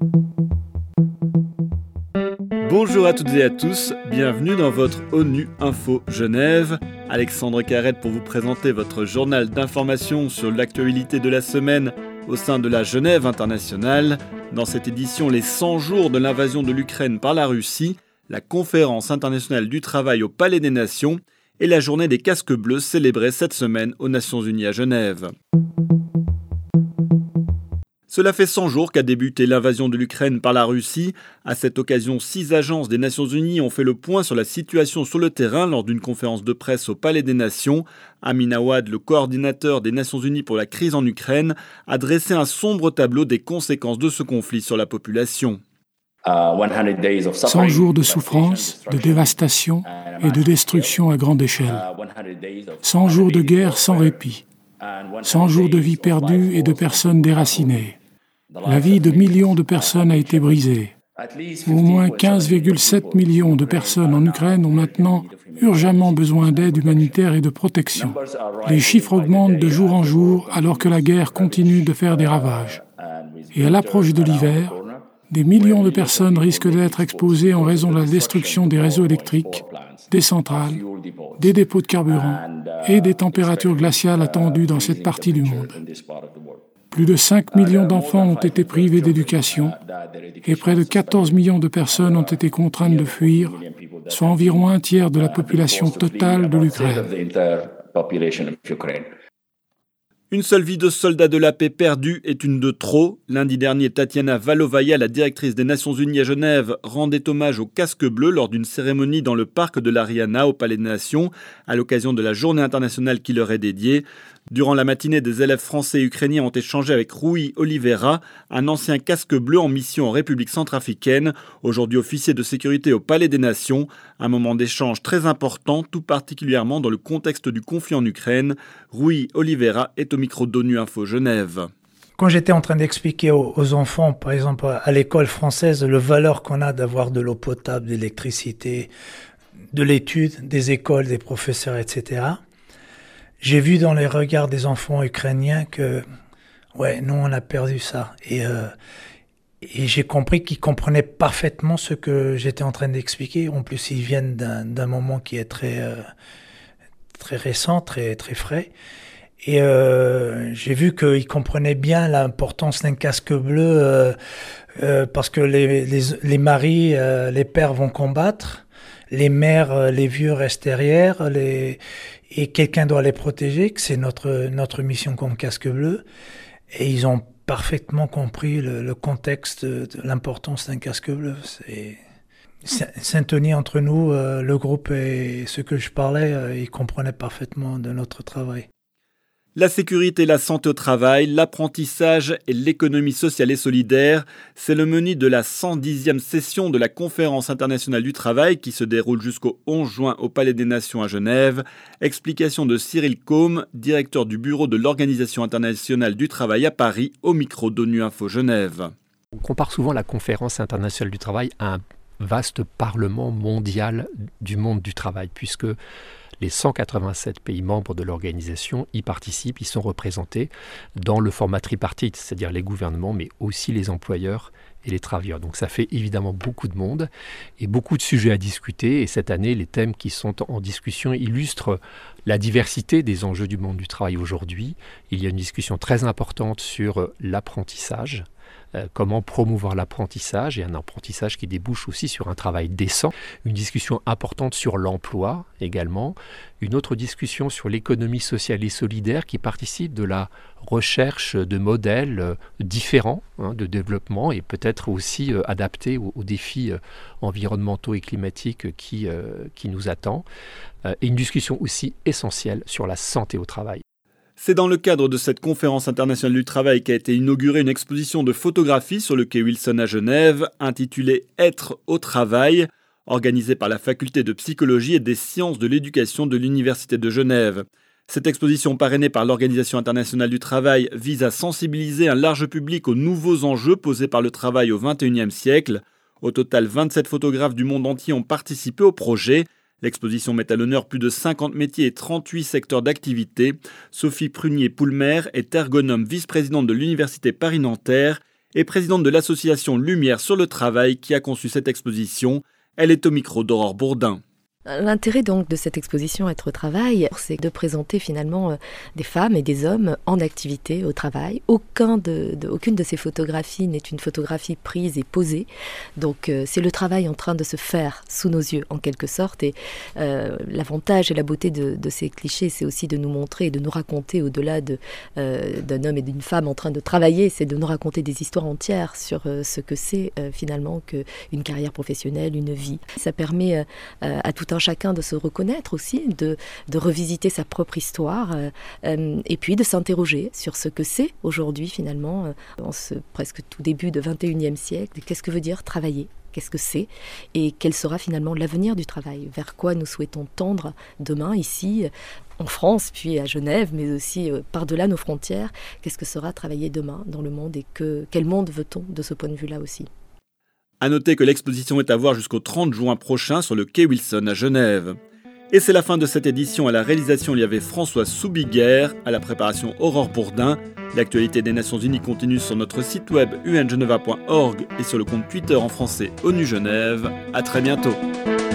Bonjour à toutes et à tous, bienvenue dans votre ONU Info Genève. Alexandre Carrette pour vous présenter votre journal d'information sur l'actualité de la semaine au sein de la Genève internationale. Dans cette édition, les 100 jours de l'invasion de l'Ukraine par la Russie, la conférence internationale du travail au Palais des Nations et la journée des casques bleus célébrée cette semaine aux Nations Unies à Genève. Cela fait 100 jours qu'a débuté l'invasion de l'Ukraine par la Russie. À cette occasion, 6 agences des Nations Unies ont fait le point sur la situation sur le terrain lors d'une conférence de presse au Palais des Nations. Amin Awad, le coordinateur des Nations Unies pour la crise en Ukraine, a dressé un sombre tableau des conséquences de ce conflit sur la population. 100 jours de souffrance, de dévastation et de destruction à grande échelle. 100 jours de guerre sans répit. 100 jours de vie perdue et de personnes déracinées. La vie de millions de personnes a été brisée. Au moins 15,7 millions de personnes en Ukraine ont maintenant urgemment besoin d'aide humanitaire et de protection. Les chiffres augmentent de jour en jour alors que la guerre continue de faire des ravages. Et à l'approche de l'hiver, des millions de personnes risquent d'être exposées en raison de la destruction des réseaux électriques, des centrales, des dépôts de carburant et des températures glaciales attendues dans cette partie du monde. Plus de 5 millions d'enfants ont été privés d'éducation et près de 14 millions de personnes ont été contraintes de fuir, soit environ un tiers de la population totale de l'Ukraine. Une seule vie de soldat de la paix perdue est une de trop. Lundi dernier, Tatiana Valovaya, la directrice des Nations Unies à Genève, rendait hommage aux casques bleus lors d'une cérémonie dans le parc de l'Ariana au Palais des Nations, à l'occasion de la journée internationale qui leur est dédiée. Durant la matinée, des élèves français et ukrainiens ont échangé avec Rui Oliveira, un ancien casque bleu en mission en République centrafricaine, aujourd'hui officier de sécurité au Palais des Nations. Un moment d'échange très important, tout particulièrement dans le contexte du conflit en Ukraine. Rui Oliveira est au micro d'ONU Info Genève. Quand j'étais en train d'expliquer aux enfants, par exemple à l'école française, la valeur qu'on a d'avoir de l'eau potable, de l'électricité, de l'étude, des écoles, des professeurs, etc., j'ai vu dans les regards des enfants ukrainiens que, nous, on a perdu ça. Et j'ai compris qu'ils comprenaient parfaitement ce que j'étais en train d'expliquer. En plus, ils viennent d'un moment qui est très récent, très frais. Et j'ai vu qu'ils comprenaient bien l'importance d'un casque bleu parce que les maris, les pères vont combattre, les mères, les vieux restent derrière, et quelqu'un doit les protéger, que c'est notre mission comme casque bleu. Et ils ont parfaitement compris le contexte de l'importance d'un casque bleu. C'est syntonie entre nous, le groupe et ceux que je parlais, ils comprenaient parfaitement de notre travail. La sécurité et la santé au travail, l'apprentissage et l'économie sociale et solidaire, c'est le menu de la 110e session de la Conférence internationale du travail qui se déroule jusqu'au 11 juin au Palais des Nations à Genève. Explication de Cyril Côme, directeur du bureau de l'Organisation internationale du travail à Paris, au micro d'ONU Info Genève. On compare souvent la Conférence internationale du travail à un vaste parlement mondial du monde du travail, puisque les 187 pays membres de l'organisation y participent, y sont représentés dans le format tripartite, c'est-à-dire les gouvernements, mais aussi les employeurs et les travailleurs. Donc ça fait évidemment beaucoup de monde et beaucoup de sujets à discuter. Et cette année, les thèmes qui sont en discussion illustrent la diversité des enjeux du monde du travail aujourd'hui. Il y a une discussion très importante sur l'apprentissage. Comment promouvoir l'apprentissage et un apprentissage qui débouche aussi sur un travail décent. Une discussion importante sur l'emploi également. Une autre discussion sur l'économie sociale et solidaire qui participe de la recherche de modèles différents de développement et peut-être aussi adaptés aux défis environnementaux et climatiques qui nous attendent. Et une discussion aussi essentielle sur la santé au travail. C'est dans le cadre de cette conférence internationale du travail qu'a été inaugurée une exposition de photographie sur le quai Wilson à Genève, intitulée « Être au travail », organisée par la faculté de psychologie et des sciences de l'éducation de l'Université de Genève. Cette exposition parrainée par l'Organisation internationale du travail vise à sensibiliser un large public aux nouveaux enjeux posés par le travail au XXIe siècle. Au total, 27 photographes du monde entier ont participé au projet. L'exposition met à l'honneur plus de 50 métiers et 38 secteurs d'activité. Sophie Prunier-Poulmer est ergonome vice-présidente de l'Université Paris-Nanterre est présidente de l'association Lumière sur le travail qui a conçu cette exposition. Elle est au micro d'Aurore Bourdin. L'intérêt donc de cette exposition Être au travail, c'est de présenter finalement des femmes et des hommes en activité au travail. Aucune de ces photographies n'est une photographie prise et posée. Donc c'est le travail en train de se faire sous nos yeux en quelque sorte. Et l'avantage et la beauté de ces clichés, c'est aussi de nous montrer et de nous raconter au-delà d'un homme et d'une femme en train de travailler, c'est de nous raconter des histoires entières sur ce que c'est finalement qu'une carrière professionnelle, une vie. Ça permet à tout un chacun de se reconnaître aussi, de revisiter sa propre histoire et puis de s'interroger sur ce que c'est aujourd'hui finalement, en ce presque tout début du XXIe siècle. Qu'est-ce que veut dire travailler ? Qu'est-ce que c'est ? Et quel sera finalement l'avenir du travail ? Vers quoi nous souhaitons tendre demain ici en France, puis à Genève, mais aussi par-delà nos frontières ? Qu'est-ce que sera travailler demain dans le monde et quel monde veut-on de ce point de vue-là aussi ? À noter que l'exposition est à voir jusqu'au 30 juin prochain sur le quai Wilson à Genève. Et c'est la fin de cette édition. À la réalisation, il y avait François Soubiguerre, à la préparation Aurore Bourdin. L'actualité des Nations Unies continue sur notre site web ungeneva.org et sur le compte Twitter en français ONU Genève. À très bientôt.